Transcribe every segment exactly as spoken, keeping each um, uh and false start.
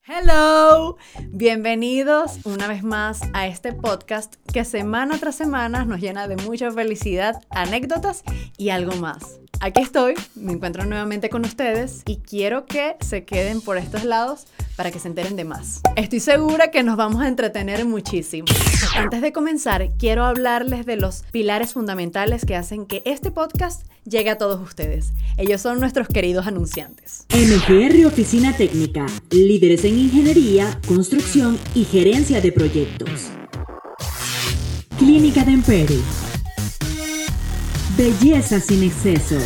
Hello, bienvenidos una vez más a este podcast que semana tras semana nos llena de mucha felicidad, anécdotas y algo más. Aquí estoy, me encuentro nuevamente con ustedes y quiero que se queden por estos lados para que se enteren de más. Estoy segura que nos vamos a entretener muchísimo. Antes de comenzar, quiero hablarles de los pilares fundamentales que hacen que este podcast llegue a todos ustedes. Ellos son nuestros queridos anunciantes. M G R Oficina Técnica, líderes en ingeniería, construcción y gerencia de proyectos. Clínica de Emperi. Belleza sin excesos.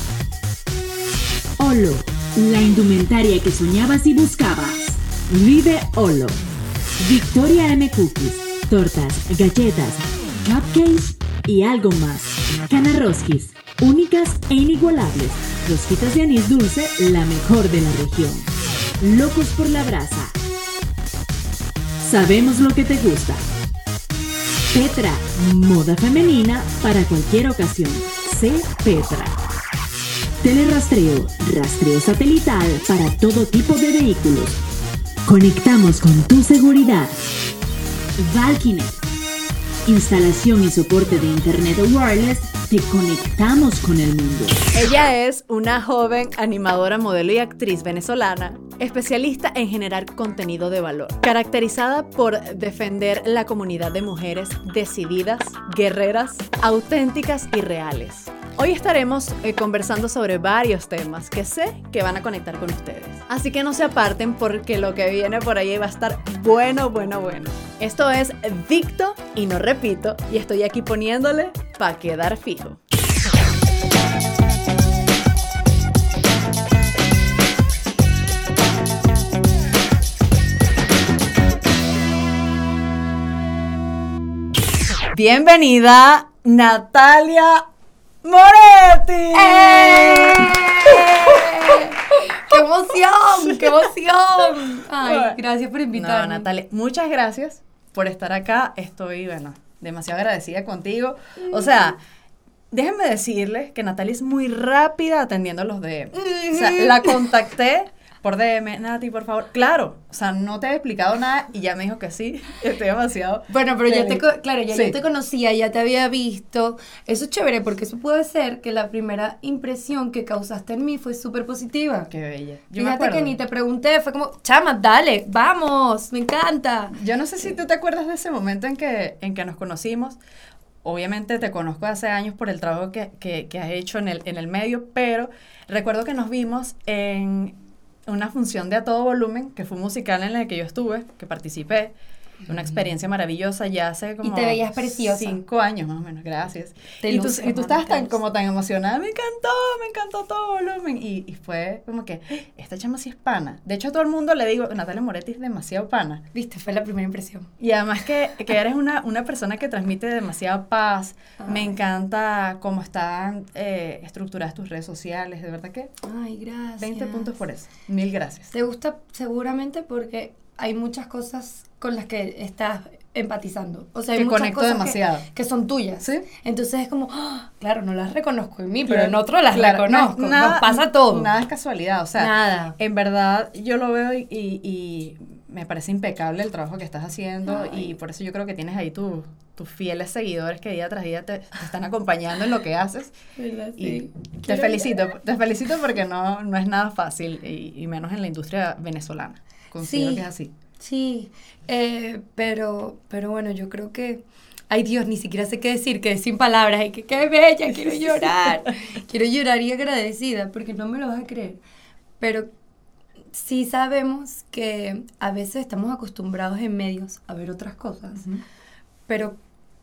Olo, la indumentaria que soñabas y buscabas. Vive Olo. Victoria M Cookies, tortas, galletas, cupcakes y algo más. Canarroskis, únicas e inigualables. Rosquitas de anís dulce, la mejor de la región. Locos por la brasa. Sabemos lo que te gusta. Petra, moda femenina para cualquier ocasión. Sé Petra. Telerastreo, rastreo satelital para todo tipo de vehículos. Conectamos con tu seguridad. Valkynet, instalación y soporte de internet wireless. Te conectamos con el mundo. Ella es una joven animadora, modelo y actriz venezolana, especialista en generar contenido de valor, caracterizada por defender la comunidad de mujeres decididas, guerreras, auténticas y reales. Hoy estaremos eh, conversando sobre varios temas que sé que van a conectar con ustedes. Así que no se aparten porque lo que viene por ahí va a estar bueno, bueno, bueno. Esto es Dicto y no repito y estoy aquí poniéndole para quedar fijo. Bienvenida, Natalia Moretti. ¡Eh! ¡Qué emoción! ¡Qué emoción! Ay, gracias por invitarme. No, Natalia, muchas gracias por estar acá. Estoy, bueno, demasiado agradecida contigo. O sea, déjenme decirles que Natalia es muy rápida atendiendo los D M. O sea, la contacté por D M, Nati, por favor. Claro, o sea, no te he explicado nada y ya me dijo que sí. Estoy demasiado Bueno, pero ya te, co- claro, ya sí. yo te conocía, ya te había visto. Eso es chévere porque eso puede ser que la primera impresión que causaste en mí fue súper positiva. Qué bella. Yo me Fíjate acuerdo. que ni te pregunté, fue como, chama, dale, vamos, me encanta. Yo no sé si tú te acuerdas de ese momento en que, en que nos conocimos. Obviamente te conozco hace años por el trabajo que, que, que has hecho en el, en el medio, pero recuerdo que nos vimos en una función de A Todo Volumen, que fue un musical en el que yo estuve, que participé. Una experiencia maravillosa ya hace como... Y te veías preciosa. Cinco años más o menos, gracias. Te y, tú, luces, y tú hermana, estabas te tan, luces. como tan emocionada, me encantó, me encantó Todo Volumen. Y, y fue como que, esta chama sí es pana. De hecho, a todo el mundo le digo, Natalia Moretti es demasiado pana. Viste, fue la primera impresión. Y además que, que eres una, una persona que transmite demasiada paz. Ay. Me encanta cómo están eh, estructuradas tus redes sociales. De verdad que Ay, gracias. veinte puntos por eso. Mil gracias. Te gusta seguramente porque hay muchas cosas con las que estás empatizando. O sea, hay Que muchas conecto cosas demasiado. Que, que son tuyas. ¿Sí? Entonces es como, ¡ah! Claro, no las reconozco en mí, Claro, pero en otro las claro, reconozco. na- nada- Nos pasa todo. Nada es casualidad. O sea, Nada. en verdad yo lo veo y, y, y me parece impecable el trabajo que estás haciendo. Ay. Y por eso yo creo que tienes ahí tu, tus fieles seguidores que día tras día te, te están acompañando en lo que haces. ¿Verdad? Y Sí. te Quiero felicito, llorar. te felicito porque no, no es nada fácil y, y menos en la industria venezolana. Considero Sí. que es así. Sí, eh, pero, pero bueno, yo creo que, ay Dios, ni siquiera sé qué decir, que sin palabras, y que qué bella, quiero llorar, quiero llorar y agradecida, porque no me lo vas a creer, pero sí sabemos que a veces estamos acostumbrados en medios a ver otras cosas, Ujú. pero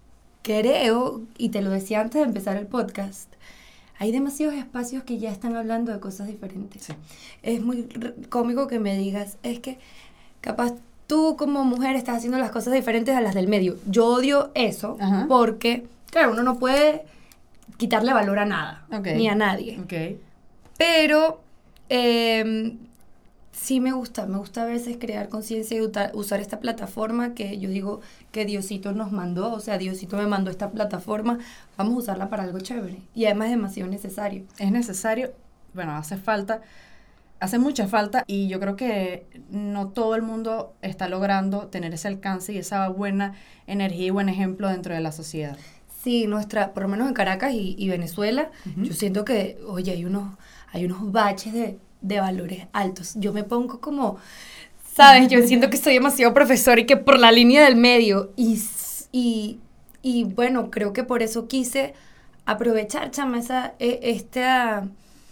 creo, y te lo decía antes de empezar el podcast, hay demasiados espacios que ya están hablando de cosas diferentes. Sí. Es muy r- cómico que me digas, es que capaz tú como mujer estás haciendo las cosas diferentes a las del medio. Yo odio eso Ajá. porque, claro, uno no puede quitarle valor a nada, Ok. ni a nadie. Ok. Pero eh, sí me gusta, me gusta a veces crear conciencia y uta- usar esta plataforma que yo digo que Diosito nos mandó, o sea, Diosito me mandó esta plataforma, vamos a usarla para algo chévere. Y además es demasiado necesario. Es necesario, bueno, hace falta hace mucha falta y yo creo que no todo el mundo está logrando tener ese alcance y esa buena energía y buen ejemplo dentro de la sociedad. Sí, nuestra, por lo menos en Caracas y, y Venezuela, uh-huh. yo siento que, oye, hay unos, hay unos baches de, de valores altos. Yo me pongo como, ¿sabes? Yo siento que soy demasiado profesor y que por la línea del medio. Y, y, y bueno, creo que por eso quise aprovechar, chama, esa, esta,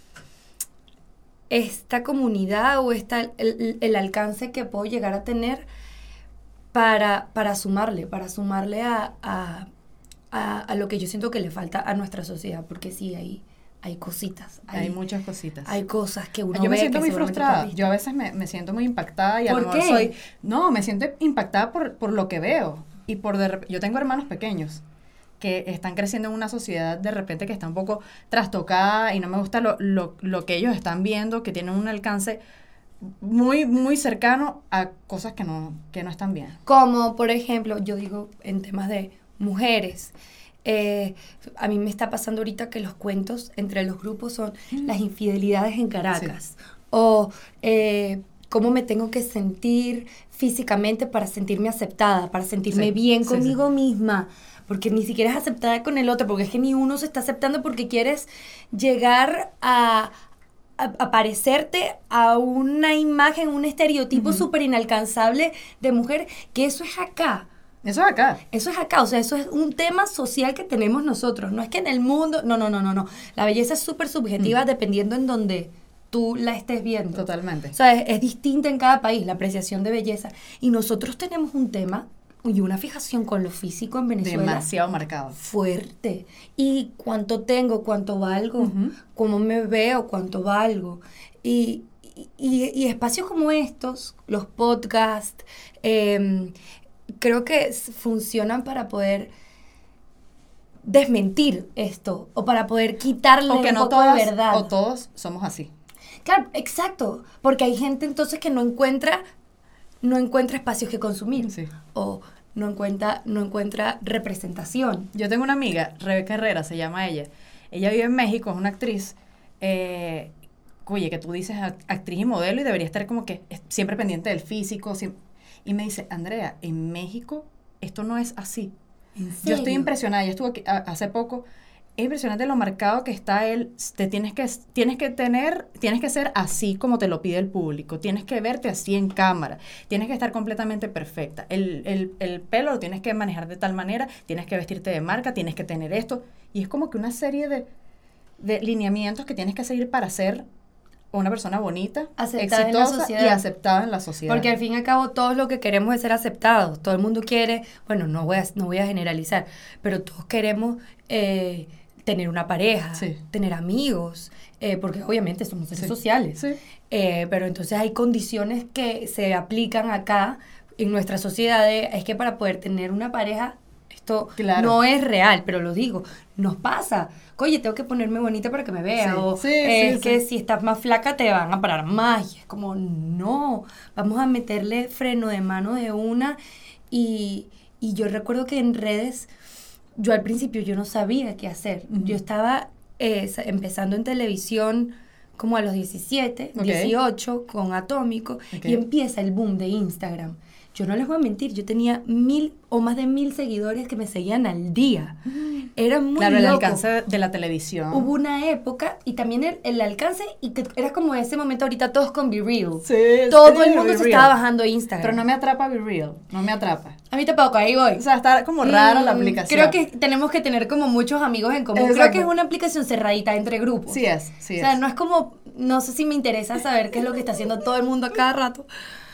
esta comunidad o esta, el, el alcance que puedo llegar a tener para, para sumarle, para sumarle a, a, a, a lo que yo siento que le falta a nuestra sociedad, porque sí, hay, hay cositas. Hay, hay muchas cositas. Hay cosas que uno Yo me ve siento que muy frustrada, yo a veces me, me siento muy impactada y a lo mejor soy... No, me siento impactada por, por lo que veo y por... De, yo tengo hermanos pequeños que están creciendo en una sociedad de repente que está un poco trastocada y no me gusta lo, lo, lo que ellos están viendo, que tienen un alcance muy, muy cercano a cosas que no, que no están bien. Como, por ejemplo, yo digo en temas de mujeres, eh, a mí me está pasando ahorita que los cuentos entre los grupos son mm. las infidelidades en Caracas, sí. o eh, cómo me tengo que sentir físicamente para sentirme aceptada, para sentirme sí. bien sí, conmigo sí. misma, porque ni siquiera es aceptada con el otro, porque es que ni uno se está aceptando porque quieres llegar a, a, a parecerte a una imagen, un estereotipo súper uh-huh. inalcanzable de mujer, que eso es acá. Eso es acá. Eso es acá, o sea, eso es un tema social que tenemos nosotros, no es que en el mundo, no, no, no, no, no. La belleza es súper subjetiva uh-huh. dependiendo en donde tú la estés viendo. Totalmente. O sea, es, es distinta en cada país la apreciación de belleza, y nosotros tenemos un tema y una fijación con lo físico en Venezuela. Demasiado marcado. Fuerte. Y cuánto tengo, cuánto valgo, uh-huh. cómo me veo, cuánto valgo. Y, y, y espacios como estos, los podcasts, eh, creo que funcionan para poder desmentir esto, o para poder quitarle o que un no poco todas, de verdad. O todos somos así. Claro, exacto. Porque hay gente entonces que no encuentra, no encuentra espacios que consumir. Sí. O no encuentra, no encuentra representación. Yo tengo una amiga, Rebeca Herrera se llama ella. Ella vive en México, es una actriz, eh, oye, que tú dices actriz y modelo y debería estar como que siempre pendiente del físico. Siempre. Y me dice, Andrea, en México esto no es así. ¿En serio? Yo estoy impresionada, yo estuve aquí a, hace poco, es impresionante lo marcado que está él, te tienes que, tienes que tener, tienes que ser así como te lo pide el público, tienes que verte así en cámara, tienes que estar completamente perfecta, el, el, el pelo lo tienes que manejar de tal manera, tienes que vestirte de marca, tienes que tener esto, y es como que una serie de, de lineamientos que tienes que seguir para ser una persona bonita, aceptada exitosa en la sociedad. Y aceptada en la sociedad. Porque al fin y al cabo todos lo que queremos es ser aceptados, todo el mundo quiere, bueno, no voy a, no voy a generalizar, pero todos queremos eh, tener una pareja, sí. tener amigos, eh, porque obviamente somos seres sí. sociales, sí. eh, pero entonces hay condiciones que se aplican acá en nuestra sociedad, de, es que para poder tener una pareja, esto claro. no es real, pero lo digo, nos pasa, oye, tengo que ponerme bonita para que me vea, sí. o sí, es sí, que sí. si estás más flaca te van a parar más, y es como, no, vamos a meterle freno de mano de una, y, y yo recuerdo que en redes, yo al principio yo no sabía qué hacer. Uh-huh. Yo estaba eh, empezando en televisión como a los diecisiete, okay. dieciocho, con Atómico, okay. y empieza el boom de Instagram. Yo no les voy a mentir, yo tenía mil o más de mil seguidores que me seguían al día. Uh-huh. Era muy claro, loco. El alcance de la televisión. Hubo una época, y también el, el alcance, y que era como ese momento ahorita todos con Be Real. Sí, Todo sí, el mundo se Be estaba Real. bajando Instagram. Pero no me atrapa Be Real, no me atrapa. A mí tampoco, ahí voy. O sea, está como rara mm, la aplicación. Creo que tenemos que tener como muchos amigos en común. Exacto. Creo que es una aplicación cerradita entre grupos. Sí es, sí es. O sea, es. no es como, no sé si me interesa saber qué es lo que está haciendo todo el mundo a cada rato.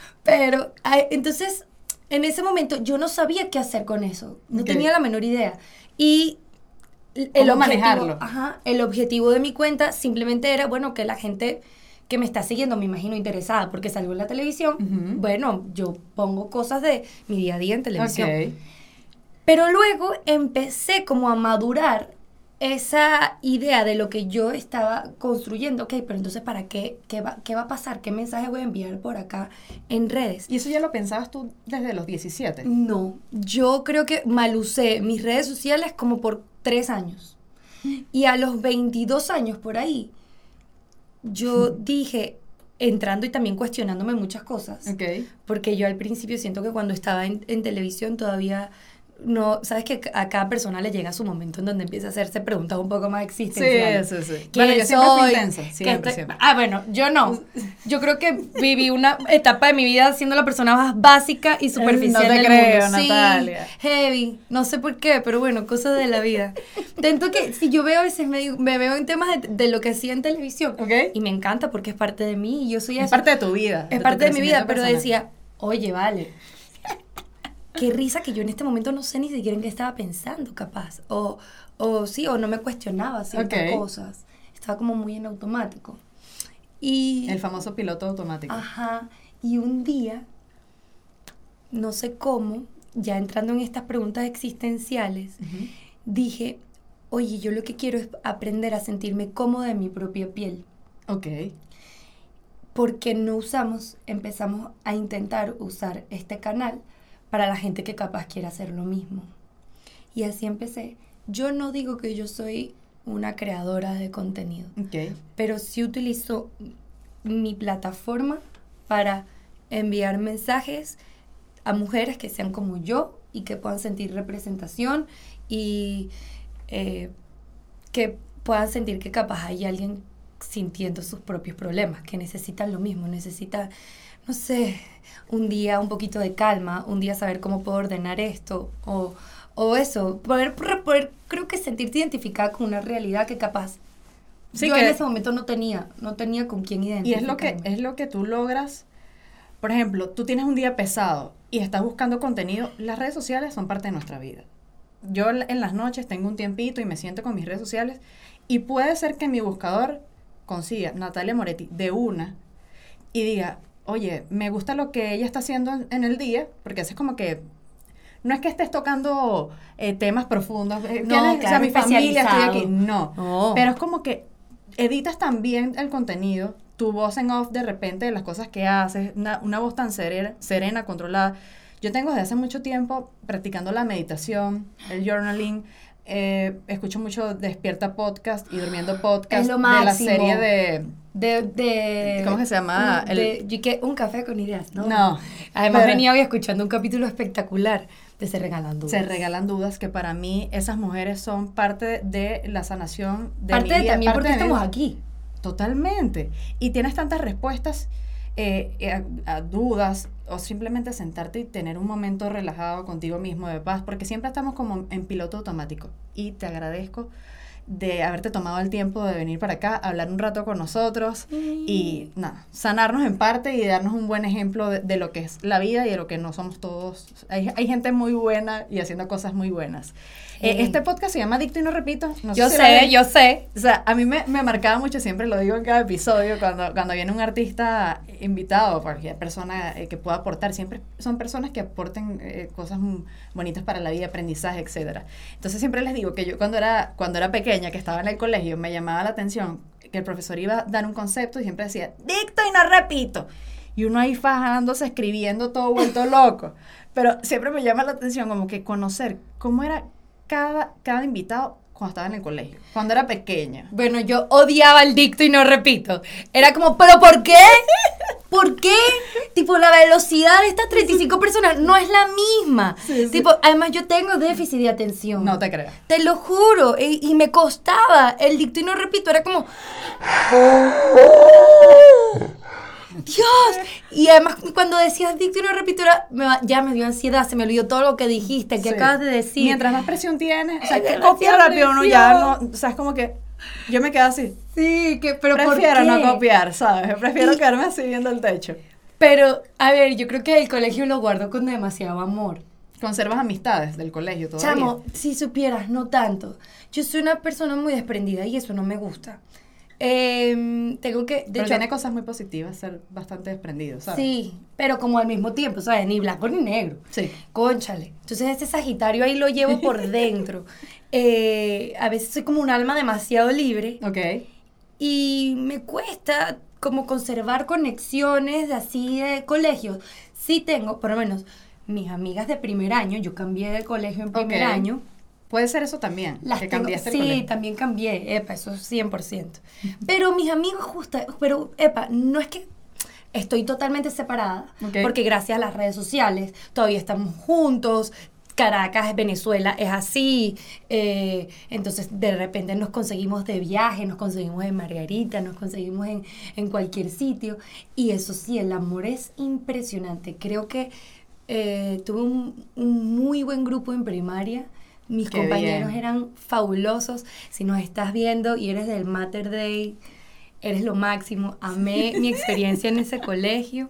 Pero, entonces, en ese momento yo no sabía qué hacer con eso. No okay. tenía la menor idea. Y el ¿Cómo objetivo, manejarlo? Ajá, el objetivo de mi cuenta simplemente era, bueno, que la gente que me está siguiendo, me imagino interesada, porque salgo en la televisión, uh-huh. bueno, yo pongo cosas de mi día a día en televisión. Okay. Pero luego empecé como a madurar esa idea de lo que yo estaba construyendo. Ok, pero entonces, ¿para qué? ¿Qué va, qué va a pasar? ¿Qué mensaje voy a enviar por acá en redes? ¿Y eso ya lo pensabas tú desde los diecisiete? No, yo creo que mal usé mis redes sociales como por tres años. Y a los veintidós años por ahí, yo dije, entrando y también cuestionándome muchas cosas. Ok. Porque yo al principio siento que cuando estaba en, en televisión todavía no, sabes que a cada persona le llega su momento en donde empieza a hacerse preguntas un poco más existenciales. Sí, sí, sí. ¿Quién Bueno, yo siempre soy? fui intensa, ¿Qué siempre, estoy- siempre. Ah, bueno, yo no. Yo creo que viví una etapa de mi vida siendo la persona más básica y superficial No te del creo, mundo. Sí, Natalia. heavy. No sé por qué, pero bueno, cosas de la vida. Tanto que si yo veo a veces, me, digo- me veo en temas de, de lo que hacía en televisión. Ok. Y me encanta porque es parte de mí y yo soy Es eso. parte de tu vida. Es tu parte de mi vida, crecimiento pero personal. decía, oye, vale, qué risa que yo en este momento no sé ni siquiera en qué estaba pensando, capaz. O, o sí, o no me cuestionaba ciertas Ok. cosas. Estaba como muy en automático. Y, El famoso piloto automático. ajá, y un día, no sé cómo, ya entrando en estas preguntas existenciales, Ujú. dije, oye, yo lo que quiero es aprender a sentirme cómoda en mi propia piel. Ok. Porque no usamos, empezamos a intentar usar este canal para la gente que capaz quiere hacer lo mismo. Y así empecé. Yo no digo que yo soy una creadora de contenido, Ok. pero sí utilizo mi plataforma para enviar mensajes a mujeres que sean como yo y que puedan sentir representación y eh, que puedan sentir que capaz hay alguien sintiendo sus propios problemas, que necesitan lo mismo, necesitan, no sé, un día un poquito de calma, un día saber cómo puedo ordenar esto, o, o eso, poder, poder, creo que sentirte identificada con una realidad que capaz Sí, yo que- en ese momento no tenía, no tenía con quién Y identificarme. es lo que es lo que tú logras. Por ejemplo, tú tienes un día pesado y estás buscando contenido. Las redes sociales son parte de nuestra vida. Yo en en las noches tengo un tiempito y me siento con mis redes sociales y puede ser que mi buscador consiga Natalia Moretti de una y diga, oye, me gusta lo que ella está haciendo en, en el día, porque eso es como que no es que estés tocando eh, temas profundos, eh, No, tienes- o sea, claro, mi familia, estoy aquí, especializado. no. No. Pero es como que editas también el contenido, tu voz en off de repente de las cosas que haces, una, una voz tan serena, serena, controlada. Yo tengo desde hace mucho tiempo practicando la meditación, el journaling, eh, escucho mucho Despierta Podcast y Durmiendo Podcast Es lo de la máximo. serie de... De, de... ¿Cómo que se llama? Un, El- de, yo que un café con ideas, ¿no? No. Además Pero- venía hoy escuchando un capítulo espectacular de Se Regalan Dudas. Se regalan dudas que para mí esas mujeres son parte de la sanación de Parte mi de vida. también parte porque de mi estamos vida. aquí. Totalmente. Y tienes tantas respuestas eh, eh, a, a dudas o simplemente sentarte y tener un momento relajado contigo mismo de paz, porque siempre estamos como en piloto automático. Y te agradezco de haberte tomado el tiempo de venir para acá, hablar un rato con nosotros y nada, sanarnos en parte y darnos un buen ejemplo de, de lo que es la vida y de lo que no somos todos. Hay, hay gente muy buena y haciendo cosas muy buenas. Eh, Sí. este podcast se llama Dicto y no repito. No Yo si lo sé, ven. yo sé. O sea, a mí me, me marcaba mucho, siempre lo digo en cada episodio, cuando, cuando viene un artista invitado, cualquier persona eh, que pueda aportar, siempre son personas que aporten eh, cosas mm, bonitas para la vida, aprendizaje, etcétera. Entonces siempre les digo que yo cuando era, cuando era pequeña, que estaba en el colegio, me llamaba la atención que el profesor iba a dar un concepto y siempre decía, dicto y no repito. Y uno ahí fajándose, escribiendo todo vuelto loco. Pero siempre me llama la atención como que conocer cómo era cada, cada invitado cuando estaba en el colegio, cuando era pequeña. Bueno, yo odiaba el dicto y no repito. Era como, ¿pero por qué? ¿Por qué? Tipo, la velocidad de estas treinta y cinco personas no es la misma. Sí, sí. Tipo, además yo tengo déficit de atención. No te creo. Te lo juro. Y, y me costaba. El dicto y no repito. Era como... Dios. Y además cuando decías dicto y no repito, era, me va- ya me dio ansiedad. Se me olvidó todo lo que dijiste, que Sí. acabas de decir. Mientras más presión tienes, o sea, Ay, que demasiada copia rápido uno ya, no, presión. o sea, es como que yo me quedo así. Sí, que, pero ¿por Prefiero qué? no copiar, ¿sabes? Prefiero Y- quedarme así viendo el techo. Pero, a ver, yo creo que el colegio lo guardo con demasiado amor. Conservas amistades del colegio todavía. Chamo, si supieras, no tanto. Yo soy una persona muy desprendida y eso no me gusta. Em, tengo que... De Pero hecho, tiene cosas muy positivas ser bastante desprendido, ¿sabes? sí, pero como al mismo tiempo, ¿sabes? Ni blanco ni negro. Sí. Cónchale. Entonces ese Sagitario ahí lo llevo por dentro. Eh, a veces soy como un alma demasiado libre Ok. y me cuesta como conservar conexiones de así de colegios. Sí tengo, por lo menos, mis amigas de primer año, yo cambié de colegio en primer Ok. año. Puede ser eso también, Las que tengo- cambiaste el sí, colegio. también cambié, epa, eso es cien por ciento. Pero mis amigos justo, pero epa, no es que estoy totalmente separada, Okay. porque gracias a las redes sociales todavía estamos juntos. Caracas, Venezuela es así, eh, entonces de repente nos conseguimos de viaje, nos conseguimos en Margarita, nos conseguimos en, en cualquier sitio, y eso sí, el amor es impresionante. Creo que eh, tuve un, un muy buen grupo en primaria, mis Qué compañeros bien. eran fabulosos. Si nos estás viendo y eres del Mater Day, eres lo máximo. Amé mi experiencia en ese colegio.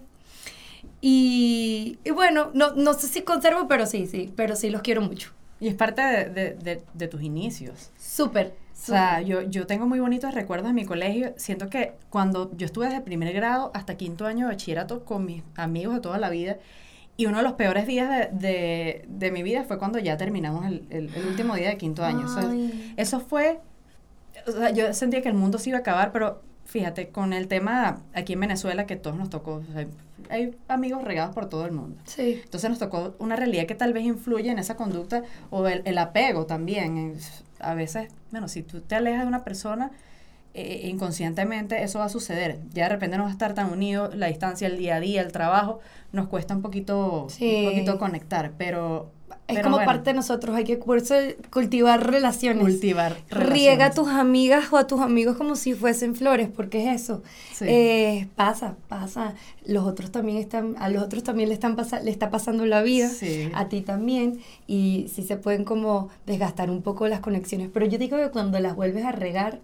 Y, y bueno, no, no sé si conservo, pero sí, sí, pero sí los quiero mucho. Y es parte de, de, de, de tus inicios. Súper. O sea, yo, yo tengo muy bonitos recuerdos de mi colegio. Siento que cuando yo estuve desde primer grado hasta quinto año de bachillerato con mis amigos de toda la vida, y uno de los peores días de, de, de mi vida fue cuando ya terminamos el, el, el último día de quinto año. O sea, Ay. eso fue, o sea, yo sentía que el mundo se iba a acabar, pero fíjate, con el tema aquí en Venezuela que todos nos tocó, o sea, hay amigos regados por todo el mundo. Sí. Entonces nos tocó una realidad que tal vez influye en esa conducta o el, el apego también. En- a veces, bueno, si tú te alejas de una persona, eh, inconscientemente eso va a suceder. Ya de repente no vas a estar tan unidos, la distancia, el día a día, el trabajo, nos cuesta un poquito, Sí. un poquito conectar, pero... Es pero como bueno, parte de nosotros, hay que por eso cultivar relaciones. cultivar Riega a relaciones. tus amigas o a tus amigos como si fuesen flores, porque es eso. Sí. Eh, pasa, pasa. Los otros también están, a los otros también le están pasa, le está pasando la vida, Sí. a ti también, y sí se pueden como desgastar un poco las conexiones. Pero yo digo que cuando las vuelves a regar,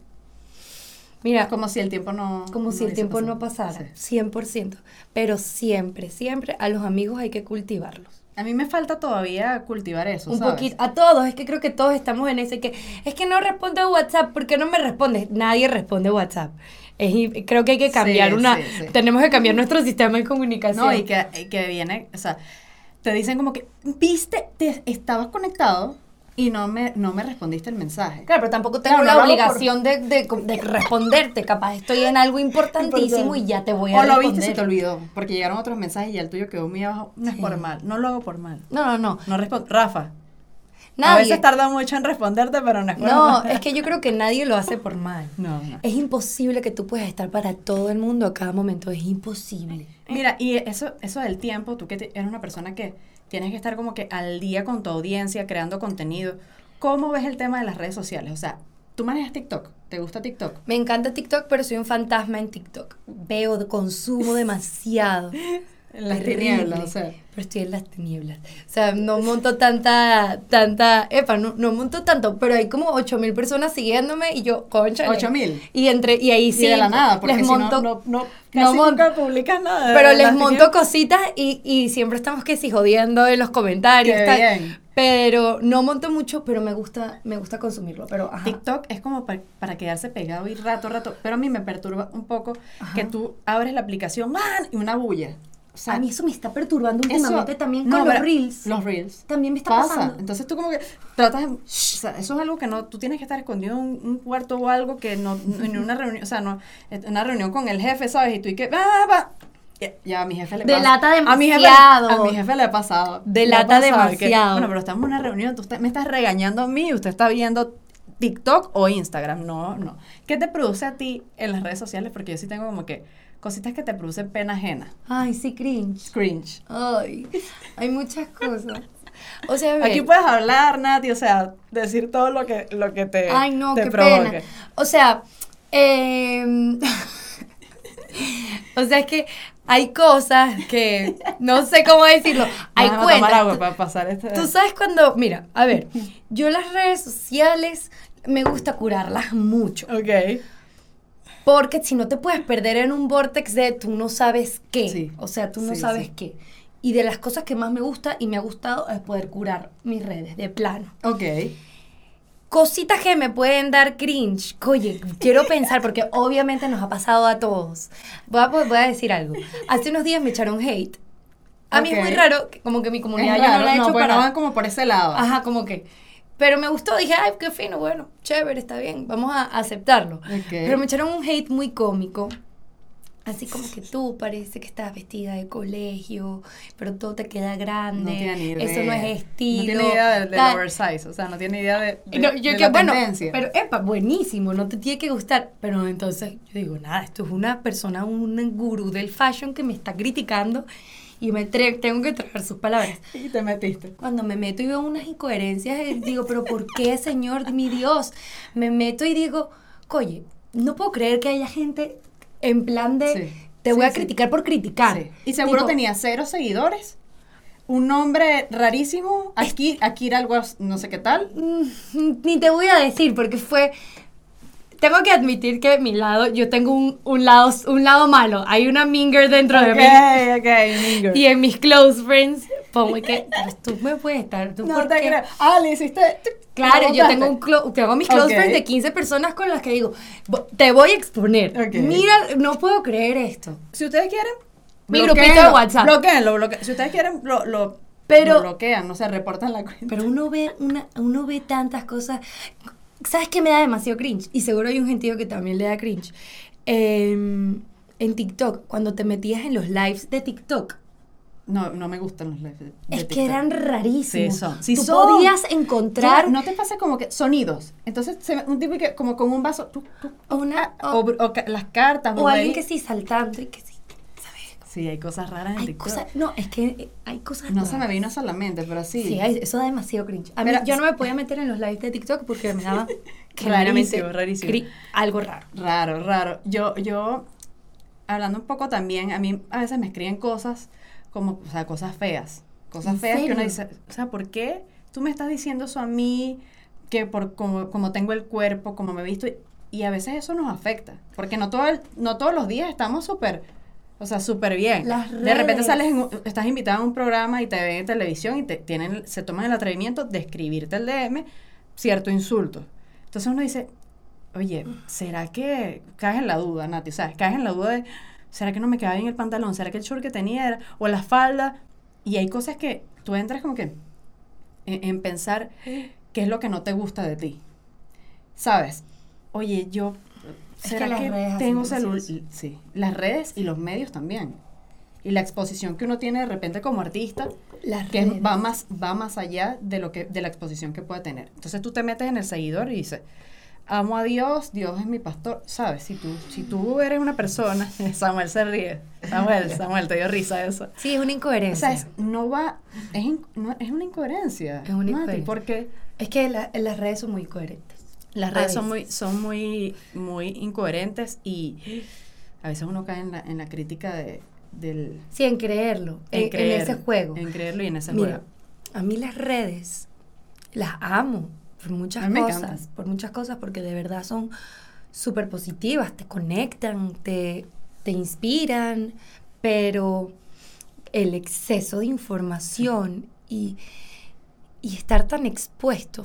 mira, Como si el tiempo no... como si el hubiese tiempo no pasado. pasara, Sí. cien por ciento. Pero siempre, siempre a los amigos hay que cultivarlos. A mí me falta todavía cultivar eso, Un ¿sabes? poquito, a todos, es que creo que todos estamos en ese que, es que no responde a WhatsApp, ¿por qué no me respondes? Nadie responde WhatsApp. Es, i- creo que hay que cambiar Sí, una, sí, sí. tenemos que cambiar nuestro sistema de comunicación. No, y que, y que viene, o sea, te dicen como que, viste, te estabas conectado y no me, no me respondiste el mensaje. Claro, pero tampoco tengo Claro, la no lo hago obligación de, de, de responderte, capaz estoy en algo importantísimo y ya te voy a O lo responder. viste y se te olvidó, porque llegaron otros mensajes y ya el tuyo quedó muy abajo. No es Sí. por mal, no lo hago por mal. No, no, no. No respondo. Rafa, a Nadie. veces tarda mucho en responderte, pero no es por No, mal. es que yo creo que nadie lo hace por mal. No, no. Es imposible que tú puedas estar para todo el mundo a cada momento, es imposible. Mira, y eso, eso del tiempo, tú que te- eres una persona que tienes que estar como que al día con tu audiencia, creando contenido. ¿Cómo ves el tema de las redes sociales? O sea, ¿tú manejas TikTok? ¿Te gusta TikTok? Me encanta TikTok, pero soy un fantasma en TikTok. Veo, consumo demasiado. En las Terrible. tinieblas, o sea. Pero estoy en las tinieblas. O sea, no monto tanta, tanta, epa, no, no monto tanto, pero hay como ocho mil personas siguiéndome y yo, concha. ¿Ocho mil? Y entre, y ahí sí. y de la nada, porque les si monto, no, no, no, no casi monto- nunca publicas nada. de pero las les monto tinieblas. cositas y, y siempre estamos que si jodiendo en los comentarios. Qué tal. bien. Pero no monto mucho, pero me gusta, me gusta consumirlo. Pero ajá. TikTok es como pa- para quedarse pegado y rato, rato. Pero a mí me perturba un poco Ajá. que tú abres la aplicación ¡man! Y una bulla. O sea, A mí eso me está perturbando eso- últimamente también no, con los pero reels. Los reels. También me está Pasa. pasando. Entonces tú como que tratas de... O sea, eso es algo que no... Tú tienes que estar escondido en un, un cuarto o algo que no... En una reunión... O sea, no... En una reunión con el jefe, ¿sabes? Y tú y que... ¡Ah, va! Ya, ya a mi jefe le Delata pasa. A mi jefe, demasiado. a mi jefe le ha pasado. Delata Le ha pasado que, demasiado. bueno, pero estamos en una reunión, tú está- me estás regañando a mí, usted está viendo TikTok o Instagram. No, no. ¿Qué te produce a ti en las redes sociales? Porque yo sí tengo como que cositas que te producen pena ajena. Ay, sí, cringe. Cringe. Ay, hay muchas cosas. O sea, a ver, Aquí puedes hablar, Nati, o sea, decir todo lo que, lo que te, ay, no, te qué provoque. pena. O sea, eh, o sea, es que hay cosas que no sé cómo decirlo. Hay Vamos a tomar cuentas. agua Tú- para pasar este... Tú sabes cuando, mira, a ver, yo las redes sociales me gusta curarlas mucho. Ok. Porque si no te puedes perder en un vortex de tú no sabes qué. Sí. O sea, tú no Sí, sabes sí. qué. Y de las cosas que más me gusta y me ha gustado es poder curar mis redes de plano. Ok. Cositas que me pueden dar cringe. Oye, quiero pensar, porque obviamente nos ha pasado a todos. Voy a, voy a decir algo. Hace unos días me echaron hate. A mí es Ok. muy raro, que como que mi comunidad Es yo no raro, la he hecho porque para... no van como por ese lado. Ajá, como que... Pero me gustó, dije, ay, qué fino, bueno, chévere, está bien, vamos a aceptarlo. Ok. Pero me echaron un hate muy cómico. así como que tú parece que estás vestida de colegio, pero todo te queda grande. No tiene ni idea. Eso no es estilo. No tiene idea del, del tal. oversize, o sea, no tiene idea de, de, No, yo de que, la bueno, tendencia. pero epa, buenísimo, no te tiene que gustar. Pero entonces yo digo, nada, esto es una persona, un gurú del fashion que me está criticando y me tre- tengo que traer sus palabras. Y te metiste. Cuando me meto y veo unas incoherencias, eh, digo, pero ¿por qué, Señor, mi Dios? Me meto y digo, oye, no puedo creer que haya gente en plan de, Sí. te voy Sí, a sí. criticar por criticar. Sí. Y seguro Digo, tenía cero seguidores. Un nombre rarísimo. Aquí, Akira algo no sé qué tal. Mm, ni te voy a decir porque fue tengo que admitir que mi lado yo tengo un, un lado un lado malo, hay una minger dentro de mí Ok, ok, minger. y en mis close friends pongo que pero tú me puedes estar tú No por te qué? creo. Ah, le hiciste... Claro, ¿le yo tengo botaste? un clo- tengo mis close Ok. friends de quince personas con las que digo, "Vo- te voy a exponer. Ok. Mira, no puedo creer esto. Si ustedes quieren... Mi grupito bloquéenlo, de WhatsApp. Bloqueenlo, bloque- Si ustedes quieren, lo, lo, Pero- lo bloquean, no sé, reportan la cuenta. Pero uno ve una, uno ve tantas cosas. ¿Sabes qué me da demasiado cringe? Y seguro hay un gentío que también le da cringe. Eh, en TikTok, cuando te metías en los lives de TikTok, No, no me gustan los lives de, de es que TikTok. eran rarísimos. Sí, son. Sí, Tú son. podías encontrar Ya, ¿no te pasa como que sonidos? Entonces, se ve un tipo que como con un vaso, tú, tú, una o, o, o ca- las cartas. o alguien ahí. que sí saltando y que sí, ¿sabes? Sí, hay cosas raras en Hay TikTok. cosas, no, es que eh, hay cosas No se me raras. vino eso a la mente, pero sí. Sí, hay- eso da demasiado cringe. A mí, Mira, yo no me podía meter en los lives de TikTok porque me daba genuinamente Rarísimo, rarísimo. cri- algo raro. Raro, raro. Yo, yo, hablando un poco también, a mí a veces me escriben cosas como, o sea, cosas feas. Cosas ¿En feas que uno serio? dice, o sea, ¿por qué tú me estás diciendo eso a mí? Que por como, como tengo el cuerpo, como me he visto. Y a veces eso nos afecta. Porque no, todo el- no todos los días estamos súper, o sea, súper bien. Las De repente redes. sales, en un- estás invitado a un programa y te ven en televisión y te tienen, se toman el atrevimiento de escribirte el D M cierto insulto. Entonces uno dice, oye, ¿será que caes en la duda, Nati? O sea, caes en la duda de, ¿será que no me quedaba bien el pantalón? ¿Será que el short que tenía era? O la falda. Y hay cosas que tú entras como que en, en pensar qué es lo que no te gusta de ti. ¿Sabes? Oye, yo, Es ¿será que que, las redes hacen tengo cosas celular? así. Sí, las redes y los medios también. Y la exposición que uno tiene de repente como artista, Las que redes. va más va más allá de lo que de la exposición que puede tener. Entonces tú te metes en el seguidor y dices, amo a Dios, Dios es mi pastor, ¿sabes? Si tú si tú eres una persona, Samuel se ríe. Samuel, Samuel te dio risa eso. Sí, es una O incoherencia. sea, es, no va es in- no, es una incoherencia. Es una Nati, incoherencia. porque Es que la- las redes son muy coherentes. las A redes son muy veces. son muy muy incoherentes y a veces uno cae en la en la crítica de del Sí, en creerlo, en, en creer- ese juego. en creerlo y en ese Mira, juego. a mí las redes las amo por muchas A mí me cosas, encantan. por muchas cosas, porque de verdad son súper positivas, te conectan, te, te inspiran, pero el exceso de información y, y estar tan expuesto,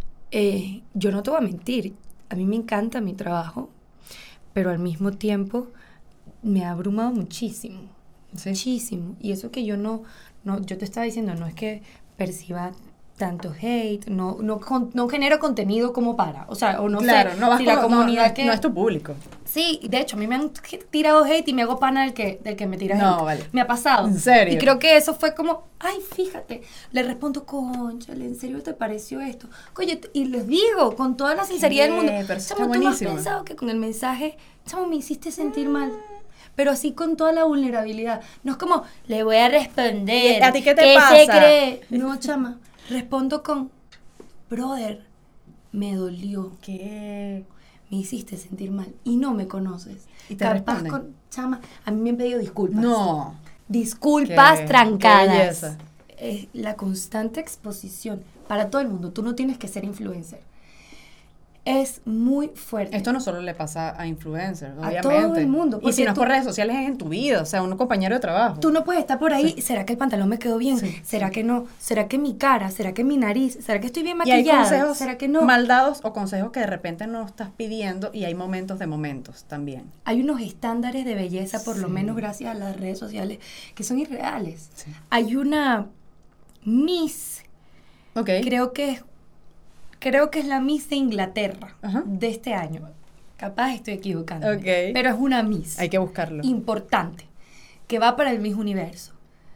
eh, yo no te voy a mentir, a mí me encanta mi trabajo, pero al mismo tiempo me ha abrumado muchísimo. Sí. Muchísimo. Y eso que yo no, no, yo te estaba diciendo, no es que perciba tanto hate, no, no, con- no genero contenido como para, o sea, o no Claro, sé, no vas si con- la no- comunidad no, es- que... no es tu público. Sí, de hecho, a mí me han tirado hate y me hago pana del que, del que me tira No, hate. vale. Me ha pasado. ¿En serio? Y creo que eso fue como, ay, fíjate, le respondo, conchale, ¿en serio te pareció esto? Oye, y les digo, con toda la sinceridad del mundo, pero eso chamo, está ¿tú no has buenísimo. pensado que con el mensaje, chamo, me hiciste sentir mal? Pero así con toda la vulnerabilidad. No es como, le voy a responder. ¿Y a ti qué te se pasa? cree? No, chama. Respondo con, brother, me dolió. ¿Qué? Me hiciste sentir mal. Y no me conoces. ¿Y te Capaz responden? con, chama, a mí me han pedido disculpas. No. Disculpas Qué- trancadas. qué belleza. Eh, la constante exposición para todo el mundo. Tú no tienes que ser influencer. Es muy fuerte. Esto no solo le pasa a influencers, A obviamente. todo el mundo, Y porque si no es tú- por redes sociales, es en tu vida, o sea, un compañero de trabajo. Tú no puedes estar por ahí. ¿Será que el pantalón me quedó bien? Sí, ¿Será que no? ¿Será que mi cara? ¿Será que mi nariz? ¿Será que estoy bien y hay maquillada? consejos ¿Será que no? mal dados o consejos que de repente no estás pidiendo y hay momentos de momentos también. Hay unos estándares de belleza, por lo Sí. menos gracias a las redes sociales, que son irreales. Sí. Hay una Miss, Ok. creo que es, creo que es la Miss de Inglaterra Ajá. de este año. capaz estoy equivocando. Ok. Pero es una Miss. Hay que buscarlo. Importante. Que va para el Miss Universo.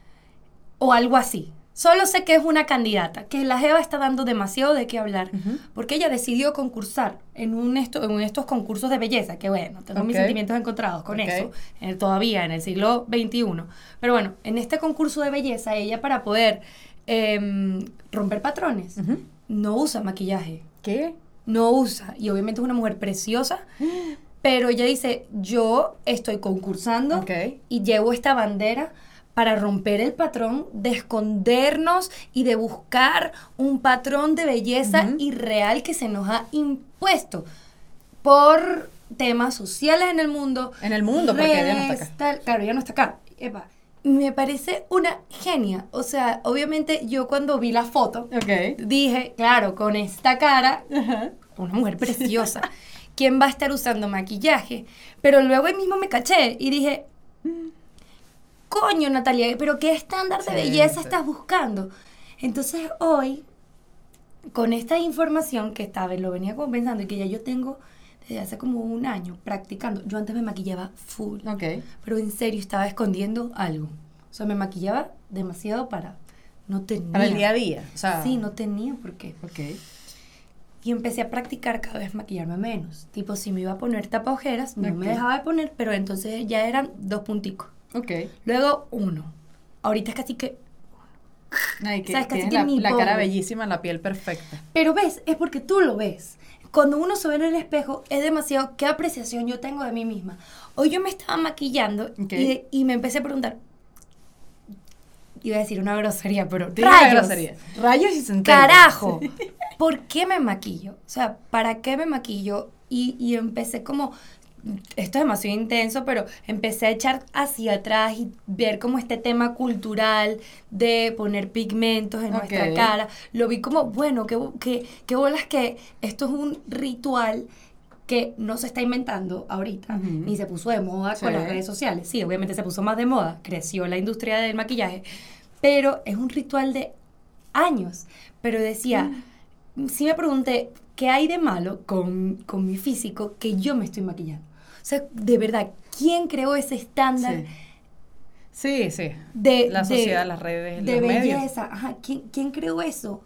O algo así. Solo sé que es una candidata, que la jeva está dando demasiado de qué hablar, Ujú. porque ella decidió concursar en, un esto, en estos concursos de belleza, que bueno, tengo mis Ok. sentimientos encontrados con Ok. eso, en el- todavía en el siglo veintiuno. Pero bueno, en este concurso de belleza, ella para poder em, romper patrones, Ujú. no usa maquillaje, ¿Qué? no usa, y obviamente es una mujer preciosa, pero ella dice, yo estoy concursando Ok. y llevo esta bandera para romper el patrón de escondernos y de buscar un patrón de belleza Ujú. irreal que se nos ha impuesto por temas sociales en el mundo. En el mundo, porque ella no está acá. redes, tal. Claro, ella no está acá. Epa. Me parece una genia. O sea, obviamente yo cuando vi la foto Ok. dije, claro, con esta cara, Ajá. una mujer preciosa. ¿Quién va a estar usando maquillaje? Pero luego ahí mismo me caché y dije, coño, Natalia, ¿pero qué estándar de Sí, belleza sí. estás buscando? Entonces hoy, con esta información que esta vez lo venía como pensando y que ya yo tengo desde hace como un año practicando, yo antes me maquillaba full, Ok. pero en serio estaba escondiendo algo. O sea, me maquillaba demasiado para... No tenía. Para el día a día. O sea, Sí, no tenía por qué. Ok. Y empecé a practicar cada vez maquillarme menos. Tipo, si me iba a poner tapa ojeras, no me Ok. dejaba de poner, pero entonces ya eran dos punticos. Ok. Luego, uno. Ahorita es casi que... Ay, que ¿Sabes? Casi tienes que la, ni la cara pongo. bellísima, la piel perfecta. Pero ves, es porque tú lo ves. Cuando uno se ve en el espejo, es demasiado... ¿Qué apreciación yo tengo de mí misma? Hoy yo me estaba maquillando Ok. y, y me empecé a preguntar... Iba a decir una grosería, pero... Dime la ¡Rayos! grosería. Rayos y centellas. ¡Carajo! ¿Por qué me maquillo? O sea, ¿para qué me maquillo? Y, y empecé como... Esto es demasiado intenso, pero empecé a echar hacia atrás y ver como este tema cultural de poner pigmentos en nuestra Ok. cara. Lo vi como, bueno, qué, qué, qué bolas que esto es un ritual que no se está inventando ahorita, Ujú. ni se puso de moda con Sí. las redes sociales. Sí, obviamente se puso más de moda, creció la industria del maquillaje, pero es un ritual de años. Pero decía, sí me pregunté, ¿qué hay de malo con, con mi físico que yo me estoy maquillando? O sea, de verdad, ¿quién creó ese estándar Sí. Sí, sí. de, La de- sociedad, las redes, de los medios. belleza? Ajá, ¿quién, quién creó eso?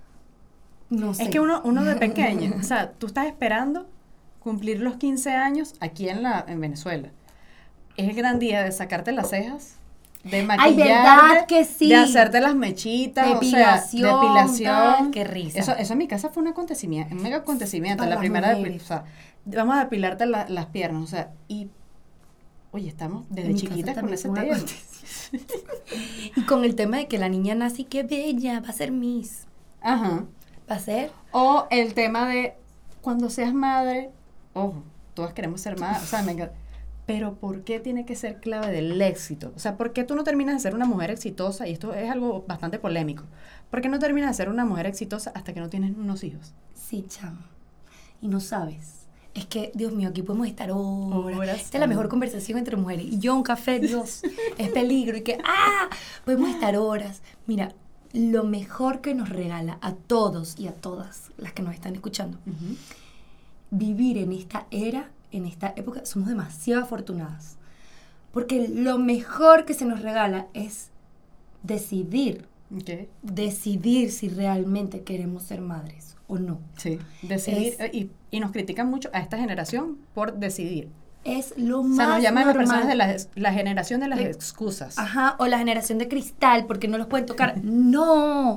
No sé. Es que uno, uno de pequeño, o sea, tú estás esperando cumplir los quince años aquí en, la, en Venezuela. Es el gran día de sacarte las cejas, de Ay, maquillarte, ¿verdad que sí? de hacerte las mechitas, Depilación, o sea, depilación. tal, qué risa. Eso, eso en mi casa fue un acontecimiento, un mega acontecimiento. Para La las primera, depi- mujeres. o sea, vamos a depilarte la- las piernas, o sea, y, oye, estamos En desde mi casa chiquitas con también ese fue un tema. acontecimiento. Y con el tema de que la niña nace y qué bella, va a ser Miss. Ajá. Va a ser... O el tema de cuando seas madre, ojo, todas queremos ser madres, o sea, me encanta. Pero ¿por qué tiene que ser clave del éxito? O sea, ¿por qué tú no terminas de ser una mujer exitosa? Y esto es algo bastante polémico. ¿Por qué no terminas de ser una mujer exitosa hasta que no tienes unos hijos? Sí, chamo. Y no sabes. Es que, Dios mío, aquí podemos estar horas. Horas. Esta es la mejor conversación entre mujeres. Y yo un café, Dios, es peligro. Y que, ¡ah! Podemos estar horas. Mira, lo mejor que nos regala a todos y a todas las que nos están escuchando, Ujú. vivir en esta era, en esta época, somos demasiado afortunadas. Porque lo mejor que se nos regala es decidir, Ok. decidir si realmente queremos ser madres o no. Sí. Decidir. Es- eh, y, y nos critican mucho a esta generación por decidir. Es lo O más sea, nos llaman las normal. personas de la, la generación de las De- excusas. Ajá, o la generación de cristal, porque no los pueden tocar. No.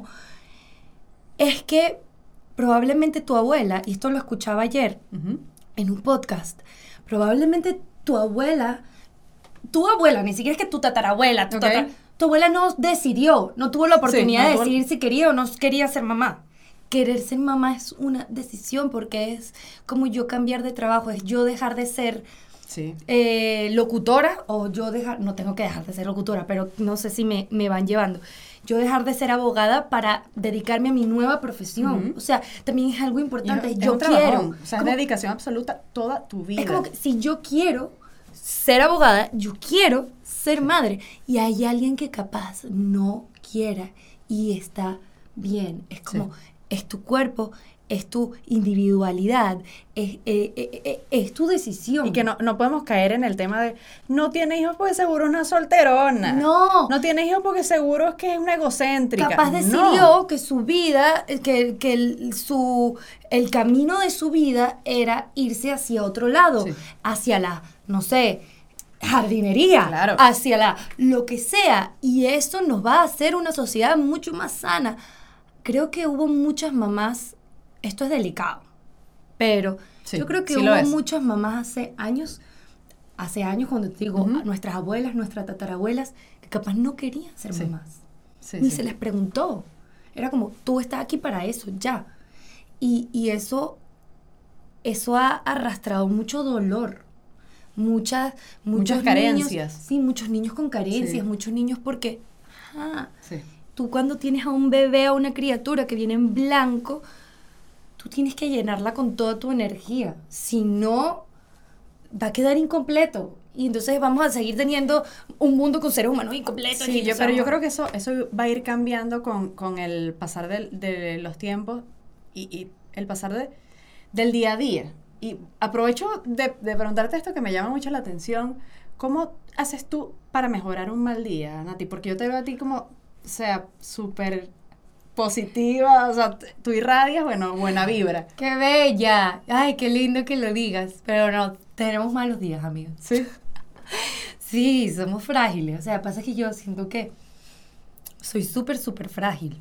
Es que probablemente tu abuela, y esto lo escuchaba ayer Ujú. en un podcast, probablemente tu abuela, tu abuela, ni siquiera es que tu tatarabuela, tu, Ok. tatara- tu abuela no decidió, no tuvo la oportunidad no de tuvo- decidir si quería o no quería ser mamá. Querer ser mamá es una decisión porque es como yo cambiar de trabajo, es yo dejar de ser Sí. eh, locutora o yo dejar, no tengo que dejar de ser locutora, pero no sé si me, me van llevando. Yo dejar de ser abogada para dedicarme a mi nueva profesión. Ujú. O sea, también es algo Y importante. es- es yo un quiero. trabajón, O sea, es Como- dedicación absoluta toda tu vida. es como que si yo quiero ser abogada, yo quiero ser madre. Y hay alguien que capaz no quiera y está bien. Es como, Sí. es tu cuerpo, es tu individualidad, es, eh, eh, eh, es tu decisión. Y que no, no podemos caer en el tema de, no tiene hijos porque seguro es una solterona. No. No tiene hijos porque seguro es que es una egocéntrica. Capaz No. decidió que su vida, que, que el, su, el camino de su vida era irse hacia otro lado, Sí. hacia la, no sé, jardinería, Claro. hacia la, lo que sea. Y eso nos va a hacer una sociedad mucho más sana. Creo que hubo muchas mamás, esto es delicado, pero Sí, yo creo que sí lo hubo es. muchas mamás hace años, hace años cuando te digo, Ujú. nuestras abuelas, nuestras tatarabuelas, que capaz no querían ser Sí. mamás. Sí, Ni sí. se les preguntó. Era como, tú estás aquí para eso, ya. Y, y eso, eso ha arrastrado mucho dolor. Muchas, muchos Muchas carencias. niños- sí, muchos niños con carencias, Sí. muchos niños porque, ajá, Sí. tú cuando tienes a un bebé, a una criatura que viene en blanco, tú tienes que llenarla con toda tu energía. Si no, va a quedar incompleto. Y entonces vamos a seguir teniendo un mundo con seres humanos incompletos. Sí, y yo, no pero yo sabemos- creo que eso, eso va a ir cambiando con, con el pasar del- de los tiempos y, y el pasar de, del día a día. Y aprovecho de, de preguntarte esto que me llama mucho la atención. ¿Cómo haces tú para mejorar un mal día, Nati? Porque yo te veo a ti como, o sea, súper positiva, o sea, t- tú irradias, bueno, buena vibra. ¡Qué bella! Ay, qué lindo que lo digas. Pero no, tenemos malos días, amigos. Sí. Sí, somos frágiles. O sea, pasa que yo siento que soy súper, súper frágil.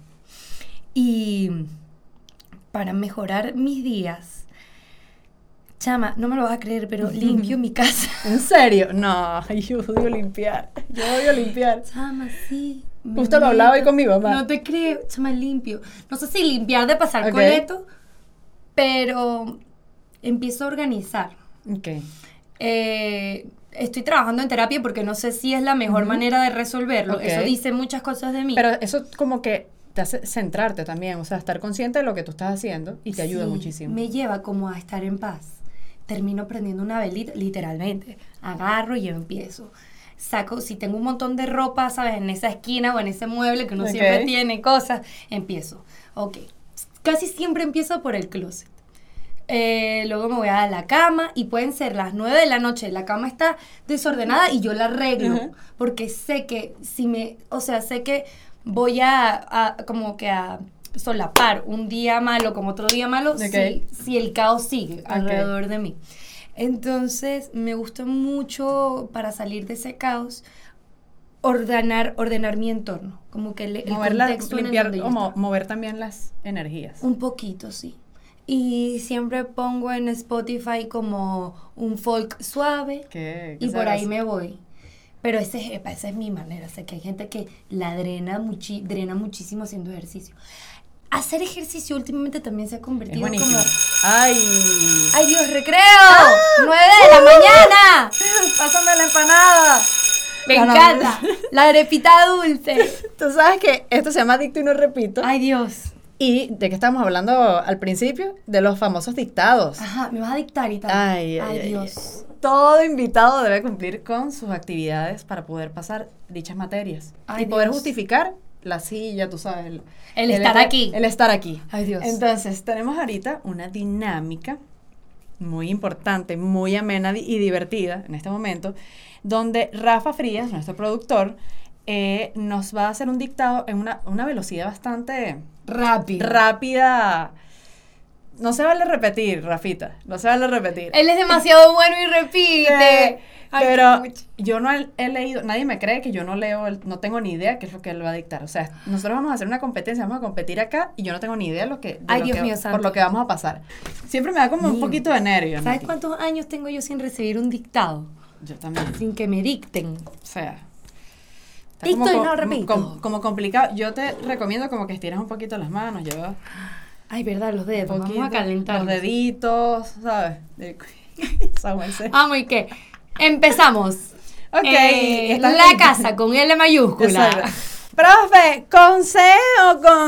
Y para mejorar mis días, chama, no me lo vas a creer, pero limpio mi casa. ¿En serio? No, yo odio limpiar. Yo odio limpiar. Chama, sí. me Justo lo hablaba hoy meto- con mi mamá. No te creo, chama, limpio. No sé si limpiar de pasar Ok. coleto, pero empiezo a organizar. Ok. Eh, estoy trabajando en terapia porque no sé si es la mejor Ujú. manera de resolverlo. Ok. Eso dice muchas cosas de mí. Pero eso como que te hace centrarte también, o sea, estar consciente de lo que tú estás haciendo y te ayuda Sí, muchísimo. Me lleva como a estar en paz. Termino prendiendo una velita, literalmente. Agarro y empiezo. Saco, si tengo un montón de ropa, ¿sabes? En esa esquina o en ese mueble que uno Ok. siempre tiene cosas, empiezo. Ok. Casi siempre empiezo por el closet. Eh, luego me voy a la cama y pueden ser las nueve de la noche. La cama está desordenada y yo la arreglo. Ujú. Porque sé que si me, o sea, sé que voy a, a como que a solapar un día malo como otro día malo Ok. si, si el caos sigue Ok. alrededor de mí. Entonces, me gusta mucho para salir de ese caos ordenar, ordenar mi entorno, como que el, el Mover la- contexto en el limpiar, donde yo o mo- estoy. mover también las energías. Un poquito, sí. Y siempre pongo en Spotify como un folk suave ¿Qué? y por ahí me voy. Pero ese, es- epa, esa es mi manera. Sé que hay gente que la drena, muchi- drena muchísimo haciendo ejercicio. Hacer ejercicio últimamente también se ha Es convertido buenísimo. como... ¡Ay! ¡Ay, Dios, recreo! ¡Nueve de la mañana! ¡Pásame la empanada! Me No, no. encanta. La arepita dulce. Tú sabes que esto se llama Adicto y no repito. Ay, Dios. ¿Y de qué estábamos hablando al principio? De los famosos dictados. Ajá, me vas a dictar y tal. Ay, ay, ay, Dios. Todo invitado debe cumplir con sus actividades para poder pasar dichas materias. Ay, y poder Dios. justificar la silla, tú sabes. El, El estar aquí. El estar aquí. Ay, Dios. Entonces, tenemos ahorita una dinámica muy importante, muy amena di- y divertida en este momento, donde Rafa Frías, nuestro productor, eh, nos va a hacer un dictado en una, una velocidad bastante Rápido. rápida. No se vale repetir, Rafita, no se vale repetir. Él es demasiado bueno y repite. Ay, Pero qué mucho. yo no he, he leído, nadie me cree que yo no leo, el- no tengo ni idea qué es lo que él va a dictar. O sea, nosotros vamos a hacer una competencia, vamos a competir acá y yo no tengo ni idea lo que, de Ay, lo Dios que- mío por santo. lo que vamos a pasar. Siempre me da como un Mío. poquito de nervio. ¿Sabes Nati. cuántos años tengo yo sin recibir un dictado? Yo también. Sin que me dicten. O sea. está Dicto como y co- no repito. com- como complicado. Yo te recomiendo como que estires un poquito las manos, yo Ay, verdad, los dedos. un Vamos poquito, a calentar. los deditos, ¿sabes? De- Samuel se- Vamos, ¿y qué? Empezamos. Ok, Eh, ¿estás la lista? casa con L mayúscula. Exacto. Profe, ¿con C o con...?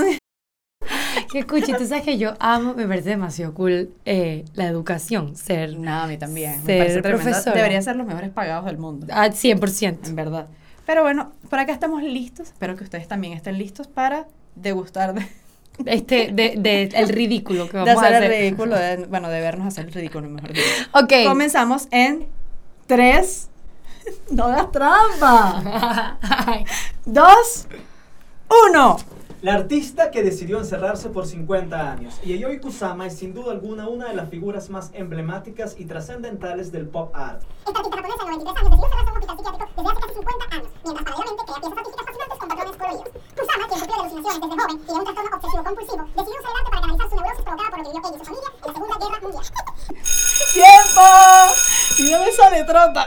Que escuche, tú sabes que yo amo, me parece demasiado cool eh, la educación, ser No, a mí también. Me Ser parece tremenda. profesora. Debería ser los mejores pagados del mundo. al cien por ciento. En verdad. Pero bueno, por acá estamos listos. Espero que ustedes también estén listos para degustar de este, de, de el ridículo que De vamos hacer a hacer. el ridículo, de- bueno, de vernos hacer el ridículo, mejor dicho. Ok. Comenzamos en tres. No hagas trampa. Ay, Dos, uno. La artista que decidió encerrarse por cincuenta años. Yayoi Kusama es sin duda alguna una de las figuras más emblemáticas y trascendentales del pop art. Esta artista japonesa de noventa y tres años decidió cerrarse en un hospital psiquiátrico desde hace casi cincuenta años, mientras paralelamente crea piezas artísticas fascinantes con patrones coloridos. Kusama, quien sufrió de alucinaciones desde joven y de un trastorno obsesivo-compulsivo, decidió usar el arte para canalizar su neurosis provocada por lo que vivió ella y su familia en la Segunda Guerra Mundial. ¡Tiempo! Y no me sale trota.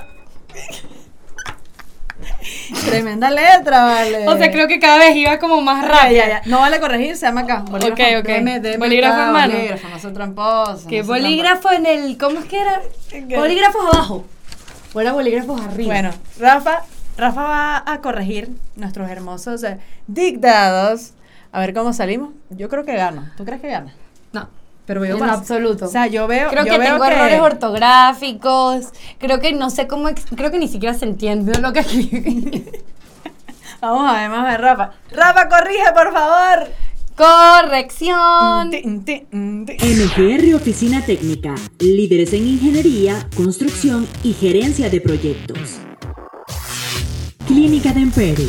Tremenda letra, vale. o sea, creo que cada vez iba como más Ya, rápido. ya, ya. No vale corregir, se llama acá. Bolígrafo. Ok, ok. Deme, deme Bolígrafo acá, en mano. Bolígrafo, no soy tramposa. Que no soy bolígrafo en el, ¿cómo es que era? ¿Qué? Bolígrafos abajo. O era bolígrafos arriba. Bueno, Rafa, Rafa va a corregir nuestros hermosos eh, dictados. A ver cómo salimos. Yo creo que gano. ¿Tú crees que gana? no. Pero veo En más. absoluto. O sea, yo veo. Creo yo que veo tengo errores ortográficos. Creo que no sé cómo. ex- Creo que ni siquiera se entiende lo que escribí. Vamos a ver, vamos a ver, Rafa. Rafa, corrige, por favor. Corrección. Tin, tin, tin, tin. M G R Oficina Técnica, líderes en ingeniería, construcción y gerencia de proyectos. Clínica de Empere.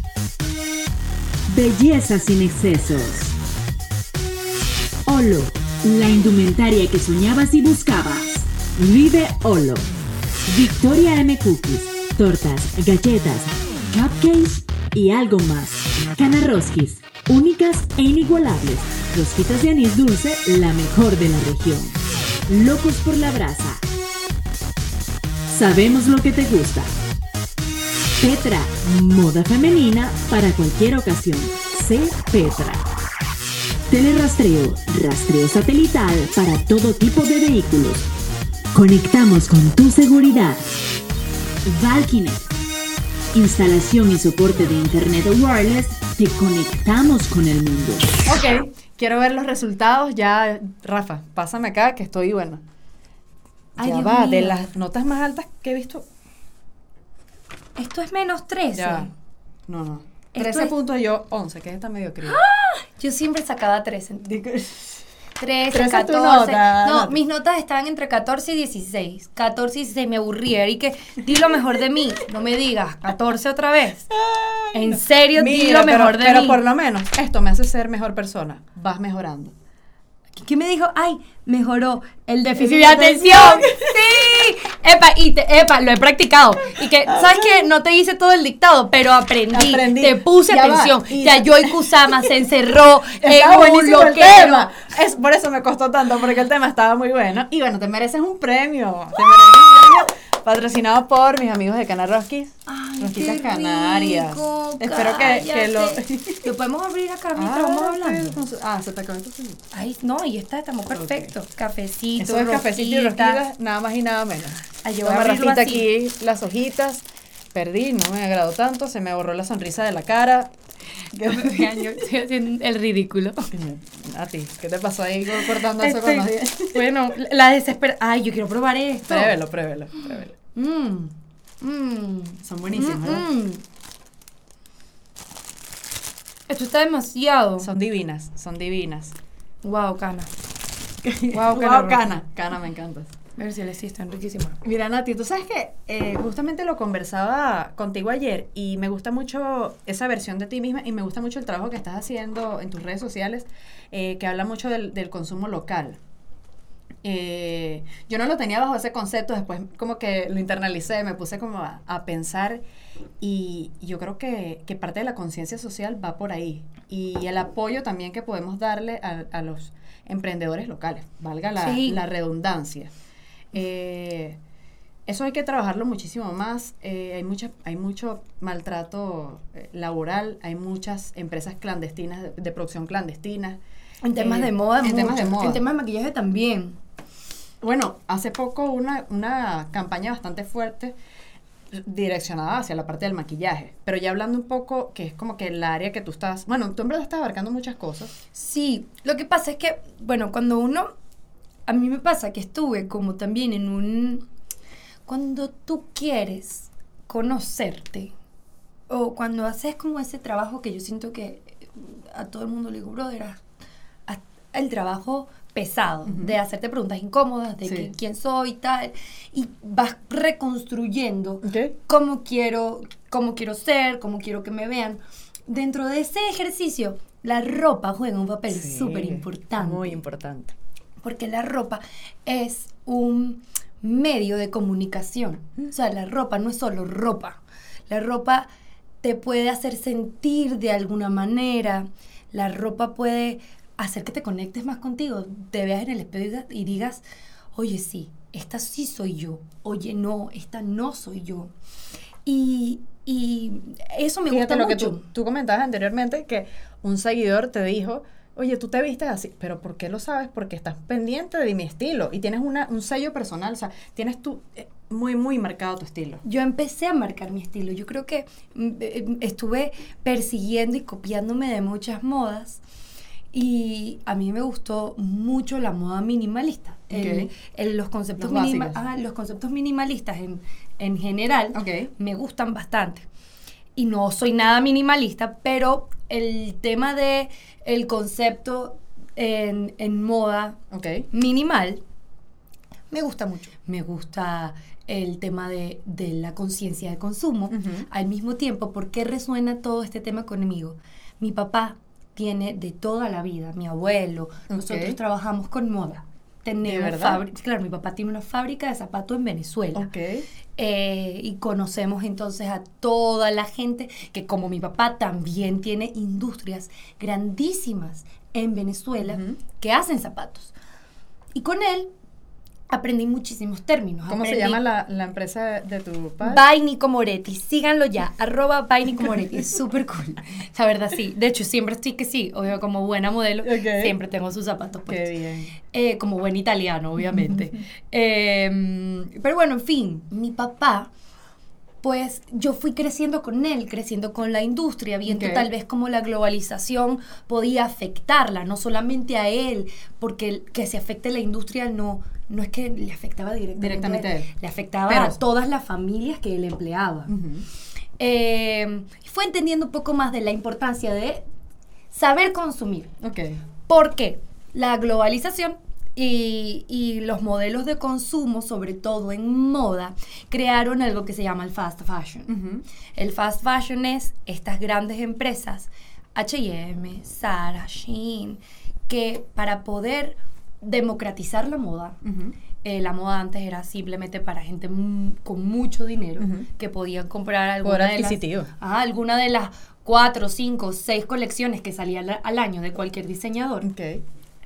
Belleza sin excesos. Olo, la indumentaria que soñabas y buscabas. Vive Olo. Victoria M Cookies, tortas, galletas, cupcakes y algo más. Cana Rosquis, únicas e inigualables. Rosquitas de anís dulce, la mejor de la región. Locos por la brasa. Sabemos lo que te gusta. Petra, moda femenina para cualquier ocasión. Sé Petra. Telerastreo, rastreo satelital para todo tipo de vehículos. Conectamos con tu seguridad. Valkynet. Instalación y soporte de internet wireless. Te conectamos con el mundo. Ok, quiero ver los resultados. Ya, Rafa, pásame acá que estoy bueno. Ay, ya Dios va, de mío. las notas más altas que he visto. Esto es menos trece. Ya. No, no. Esto trece es- puntos yo, once, que es esta mediocridad. Yo siempre sacaba trece. Digo, trece, trece es tu catorce. nota, No, nota. mis notas estaban entre catorce y dieciséis. catorce y dieciséis, me aburría. Y que di lo mejor de mí. No me digas, catorce otra vez. En serio, di Mira, lo mejor pero, de pero mí. por lo menos esto me hace ser mejor persona. Vas mejorando. ¿Qué me dijo? Ay, mejoró el déficit El de de atención. atención. Sí. Epa, y te, epa, lo he practicado. Y que, ¿sabes qué? No te hice todo el dictado, pero aprendí. Aprendí. Te puse Ya va. atención. Y- Ya Yayoi Kusama se encerró Está en un buenísimo el loquero. tema. Es, por eso me costó tanto, porque el tema estaba muy bueno. Y bueno, te mereces un premio. Te mereces un premio patrocinado por mis amigos de Cana Rosquis. Ay, Rosquitas qué Canarias. rico, Espero que, que lo. cállate. ¿Lo podemos abrir acá mientras vamos hablando? con su- ah, se te acabó tu celular. Ay, no, y está, estamos perfectos. Cafecito, Eso es cafecito y rosquitas. rosquitas, nada más y nada menos. Ay, yo voy a Toma, abrirlo Rafita, así. aquí las hojitas. Perdí, no me agradó tanto, se me borró la sonrisa de la cara. Vean, yo estoy haciendo el ridículo. A ti, ¿qué te pasó ahí cortando eso Este, con los dientes? bueno, la desespera. Ay, yo quiero probar esto. Pruébelo, pruébelo, pruébelo. Mmm. Mmm. Son buenísimos, ¿verdad? Mm. Esto está demasiado. Son divinas, son divinas. Wow, cana. Wow, Cana, cana. Cana, me encanta. A ver si le sí, están riquísimas. Mira, Nati, tú sabes que eh, justamente lo conversaba contigo ayer y me gusta mucho esa versión de ti misma y me gusta mucho el trabajo que estás haciendo en tus redes sociales eh, que habla mucho del, del consumo local. Eh, yo no lo tenía bajo ese concepto, después como que lo internalicé, me puse como a, a pensar y, y yo creo que, que parte de la conciencia social va por ahí y el apoyo también que podemos darle a, a los emprendedores locales, valga la, Sí. la redundancia. Eh, eso hay que trabajarlo muchísimo más. Eh, hay, mucha, hay mucho maltrato eh, laboral, hay muchas empresas clandestinas, de, de producción clandestina. En temas Eh, de moda, en mucho. temas de moda. En temas de maquillaje también. Bueno, hace poco una, una campaña bastante fuerte direccionada hacia la parte del maquillaje, pero ya hablando un poco, que es como que el área que tú estás, bueno, tú en verdad estás abarcando muchas cosas. Sí, lo que pasa es que, bueno, cuando uno, a mí me pasa que estuve como también en un, cuando tú quieres conocerte, o cuando haces como ese trabajo que yo siento que a todo el mundo le digo, brother, haz, el trabajo pesado, uh-huh. de hacerte preguntas incómodas, de sí. que, quién soy y tal, y vas reconstruyendo okay. cómo quiero, cómo quiero ser, cómo quiero que me vean. Dentro de ese ejercicio, la ropa juega un papel sí, súper importante. Muy importante. Porque la ropa es un medio de comunicación. O sea, la ropa no es solo ropa. La ropa te puede hacer sentir de alguna manera. La ropa puede hacer que te conectes más contigo. Te veas en el espejo y digas, oye, sí, esta sí soy yo. Oye, no, esta no soy yo. Y, y eso me Fíjate gusta lo mucho. que tú, tú comentabas anteriormente, que un seguidor te dijo, oye, tú te vistes así, pero ¿por qué lo sabes? Porque estás pendiente de mi estilo y tienes una, un sello personal, o sea, tienes tú eh, muy, muy marcado tu estilo. Yo empecé a marcar mi estilo. Yo creo que mm, eh, estuve persiguiendo y copiándome de muchas modas y a mí me gustó mucho la moda minimalista. Okay. El, el, los, conceptos los, minima, ah, los conceptos minimalistas en, en general okay. me gustan bastante. Y no soy nada minimalista, pero el tema de el concepto en, en moda okay. minimal me gusta mucho. Me gusta el tema de, de la conciencia de consumo. Uh-huh. Al mismo tiempo, ¿por qué resuena todo este tema conmigo? Mi papá tiene de toda la vida, mi abuelo, okay. nosotros trabajamos con moda. Tenemos fábrica, claro, mi papá tiene una fábrica de zapatos en Venezuela. Okay. Eh, y conocemos entonces a toda la gente que, como mi papá, también tiene industrias grandísimas en Venezuela uh-huh. que hacen zapatos. Y con él aprendí muchísimos términos. ¿Cómo aprendí, se llama la, la empresa de tu padre? By Nico Moretti. Síganlo ya, arroba By Nico Moretti. Es súper cool. La verdad, sí. De hecho, siempre estoy que sí. Obvio, como buena modelo, okay. siempre tengo sus zapatos puestos. Qué bien. Eh, como buen italiano, obviamente. eh, pero bueno, en fin, mi papá, pues yo fui creciendo con él, creciendo con la industria, viendo okay. tal vez cómo la globalización podía afectarla, no solamente a él, porque el, que se afecte la industria no, no es que le afectaba directamente, directamente a él, le afectaba pero, a todas las familias que él empleaba. Uh-huh. Eh, fue entendiendo un poco más de la importancia de saber consumir. Okay. ¿Por qué? La globalización Y, y los modelos de consumo, sobre todo en moda, crearon algo que se llama el fast fashion. Uh-huh. El fast fashion es estas grandes empresas, H y M, Zara, Shein, que para poder democratizar la moda, uh-huh. eh, la moda antes era simplemente para gente m- con mucho dinero, uh-huh. que podían comprar alguna de, las, ah, alguna de las cuatro, cinco, seis colecciones que salían al, al año de cualquier diseñador. Okay.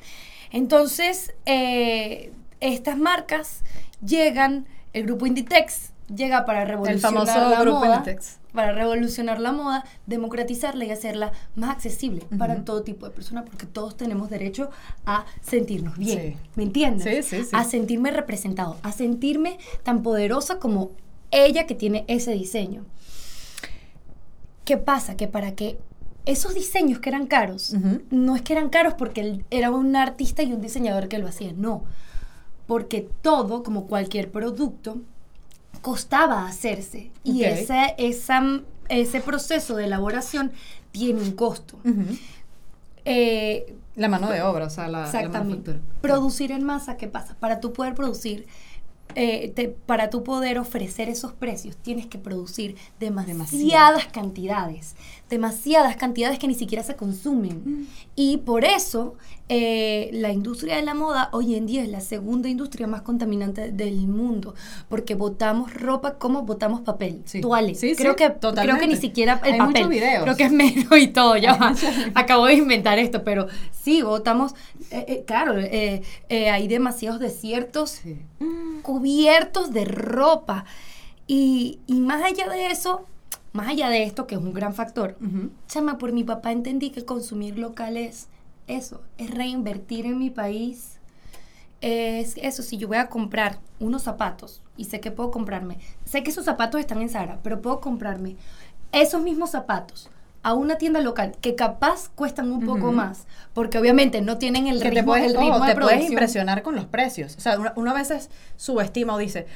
Entonces, eh, estas marcas llegan, el grupo Inditex llega para revolucionar el famoso la grupo moda, Inditex. para revolucionar la moda, democratizarla y hacerla más accesible uh-huh. para todo tipo de personas, porque todos tenemos derecho a sentirnos bien, sí. ¿me entiendes? Sí, sí, sí. A sentirme representado, a sentirme tan poderosa como ella que tiene ese diseño. ¿Qué pasa? Que para que esos diseños que eran caros, uh-huh. no es que eran caros porque él era un artista y un diseñador que lo hacía, no. Porque todo, como cualquier producto, costaba hacerse. Okay. Y ese, esa, ese proceso de elaboración tiene un costo. Uh-huh. Eh, la mano de obra, o sea, la, exactamente. la manufactura. Producir en masa, ¿qué pasa? Para tú poder producir, eh, te, para tú poder ofrecer esos precios, tienes que producir demasiadas Demasiado. cantidades. Demasiadas cantidades que ni siquiera se consumen. Mm. Y por eso eh, la industria de la moda hoy en día es la segunda industria más contaminante del mundo, porque botamos ropa como botamos papel, sí. toales. Sí, creo, sí, que, totalmente. creo que ni siquiera el Hay papel. muchos videos. Creo que es menos y todo. Ya va. Acabo de inventar esto, pero sí, botamos, eh, eh, claro, eh, eh, hay demasiados desiertos sí. cubiertos de ropa. Y, y más allá de eso, más allá de esto, que es un gran factor, uh-huh. chama, por mi papá entendí que consumir local es eso, es reinvertir en mi país. Es eso, si yo voy a comprar unos zapatos y sé que puedo comprarme, sé que esos zapatos están en Zara, pero puedo comprarme esos mismos zapatos a una tienda local que capaz cuestan un poco uh-huh. más, porque obviamente no tienen el que ritmo, te puedes, el ritmo oh, de te producción. Puedes impresionar con los precios. O sea, uno, uno a veces subestima o dice,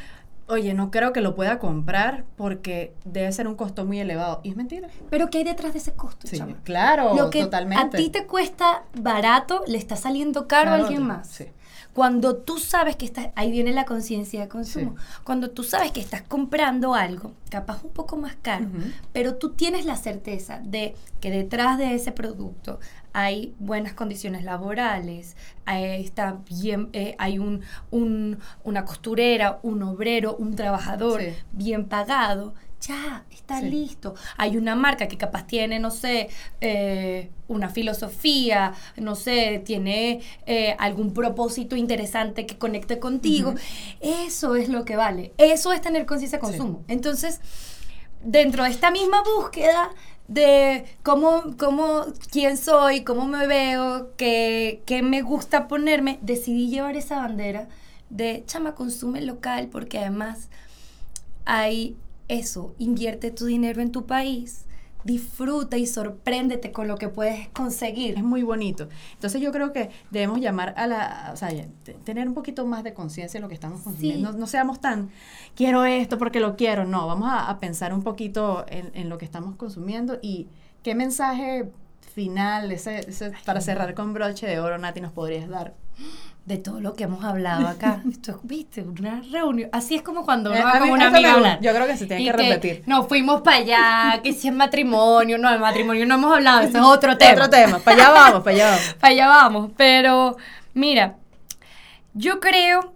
oye, no creo que lo pueda comprar porque debe ser un costo muy elevado. Y es mentira. Pero ¿qué hay detrás de ese costo, Sí, chama? claro, Lo que totalmente. a ti te cuesta barato, le está saliendo caro Claro, a alguien te- más. sí. Cuando tú sabes que estás, ahí viene la conciencia de consumo. Sí. Cuando tú sabes que estás comprando algo, capaz un poco más caro, Ujú. pero tú tienes la certeza de que detrás de ese producto hay buenas condiciones laborales, ahí está bien, eh, hay un, un, una costurera, un obrero, un trabajador Sí. bien pagado, ya, está Sí. listo. Hay una marca que capaz tiene, no sé, eh, una filosofía, no sé, tiene eh, algún propósito interesante que conecte contigo. Ujú. Eso es lo que vale. Eso es tener conciencia de Sí. consumo. Entonces, dentro de esta misma búsqueda de cómo, cómo, quién soy, cómo me veo, qué, qué me gusta ponerme, decidí llevar esa bandera de, chama, consume local, porque además hay eso, invierte tu dinero en tu país, disfruta y sorpréndete con lo que puedes conseguir. Es muy bonito. Entonces yo creo que debemos llamar a la, o sea, ya, te- tener un poquito más de conciencia de lo que estamos consumiendo. Sí. No, no seamos tan, quiero esto porque lo quiero. No, vamos a, a pensar un poquito en, en lo que estamos consumiendo y qué mensaje final, ese, ese, para cerrar con broche de oro, Nati, nos podrías dar. De todo lo que hemos hablado acá. Esto es, viste, una reunión. Así es como cuando uno Eh, va a con mí una esto me amiga a gusta. hablar. Yo creo que se tiene Y que repetir. No, fuimos para allá, que si es matrimonio. No, el matrimonio no hemos hablado, eso es otro tema. Otro tema, para allá vamos, para allá vamos. Para allá vamos. Pero, mira, yo creo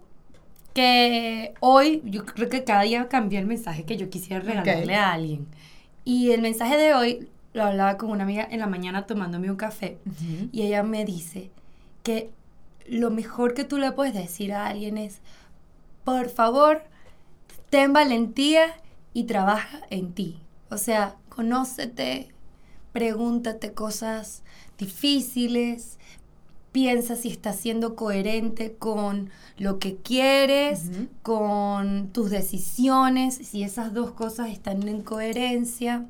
que hoy, yo creo que cada día cambié el mensaje que yo quisiera regalarle Ok. a alguien. Y el mensaje de hoy lo hablaba con una amiga en la mañana tomándome un café. Ujú. Y ella me dice que lo mejor que tú le puedes decir a alguien es, por favor, ten valentía y trabaja en ti. O sea, conócete, pregúntate cosas difíciles, piensa si estás siendo coherente con lo que quieres, Ujú. con tus decisiones, si esas dos cosas están en coherencia.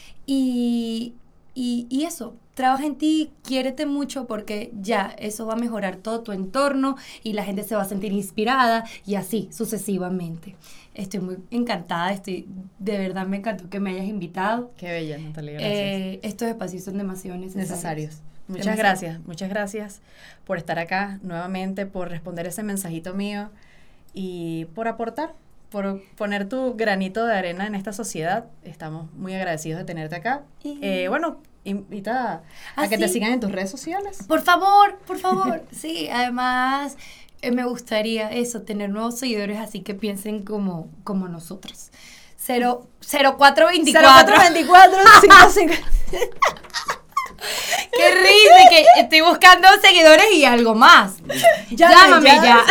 Y, y, y eso, trabaja en ti, quiérete mucho porque ya, eso va a mejorar todo tu entorno y la gente se va a sentir inspirada y así sucesivamente. Estoy muy encantada, estoy, de verdad me encantó que me hayas invitado. Qué bella, Natalia, gracias. Eh, estos espacios son demasiado necesarios. Necesarios. Muchas Demasiado. gracias, muchas gracias por estar acá nuevamente, por responder ese mensajito mío y por aportar, por poner tu granito de arena en esta sociedad. Estamos muy agradecidos de tenerte acá. Y- Eh, bueno, invita a, Ah, a que te sí. sigan en tus redes sociales. Por favor, por favor. Sí, además eh, me gustaría eso, tener nuevos seguidores así que piensen como, como nosotros. Cero, cero cuatro veinticuatro. cero cuatro veinticuatro cincuenta y cinco. ¡Qué risa! Que estoy buscando seguidores y algo más. Llame, Llámame ya. ya.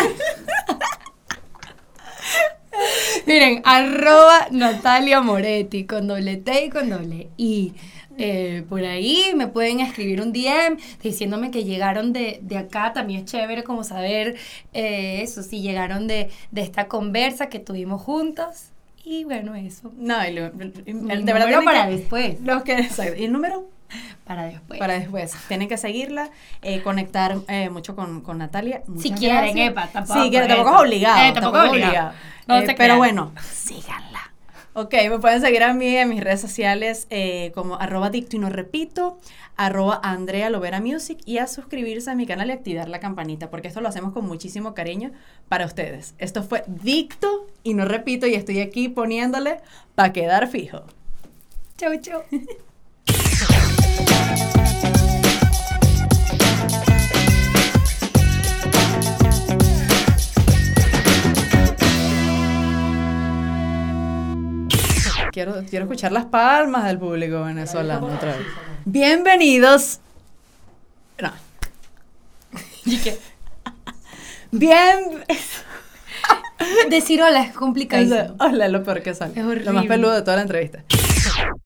Miren, arroba Natalia Moretti, con doble T y con doble I. Eh, por ahí me pueden escribir un D M diciéndome que llegaron de, de acá. También es chévere como saber eh, eso, si llegaron de, de esta conversa que tuvimos juntos. Y bueno, eso. No, y lo- el- Mi de verdad número tienen para que- después. Los que, exacto. ¿Y el número? Para después. Para después. Tienen que seguirla, eh, conectar eh, mucho con, con Natalia. Si Muchas quieren, gracias. epa, tampoco Si quieren, tampoco eso. es obligado. Eh, tampoco es obligado. No Eh, se pero crean. bueno, síganla. Ok, me pueden seguir a mí en mis redes sociales eh, como arroba dicto y no repito, arroba Andrea Lovera Music y a suscribirse a mi canal y activar la campanita porque esto lo hacemos con muchísimo cariño para ustedes. Esto fue Dicto y no repito y estoy aquí poniéndole para quedar fijo. Chau, chau. Quiero, quiero escuchar las palmas del público venezolano otra vez. Bienvenidos. No. ¿Y qué? Bien. Decir hola es complicadísimo. Hola, lo peor que sale. Es horrible. Lo más peludo de toda la entrevista.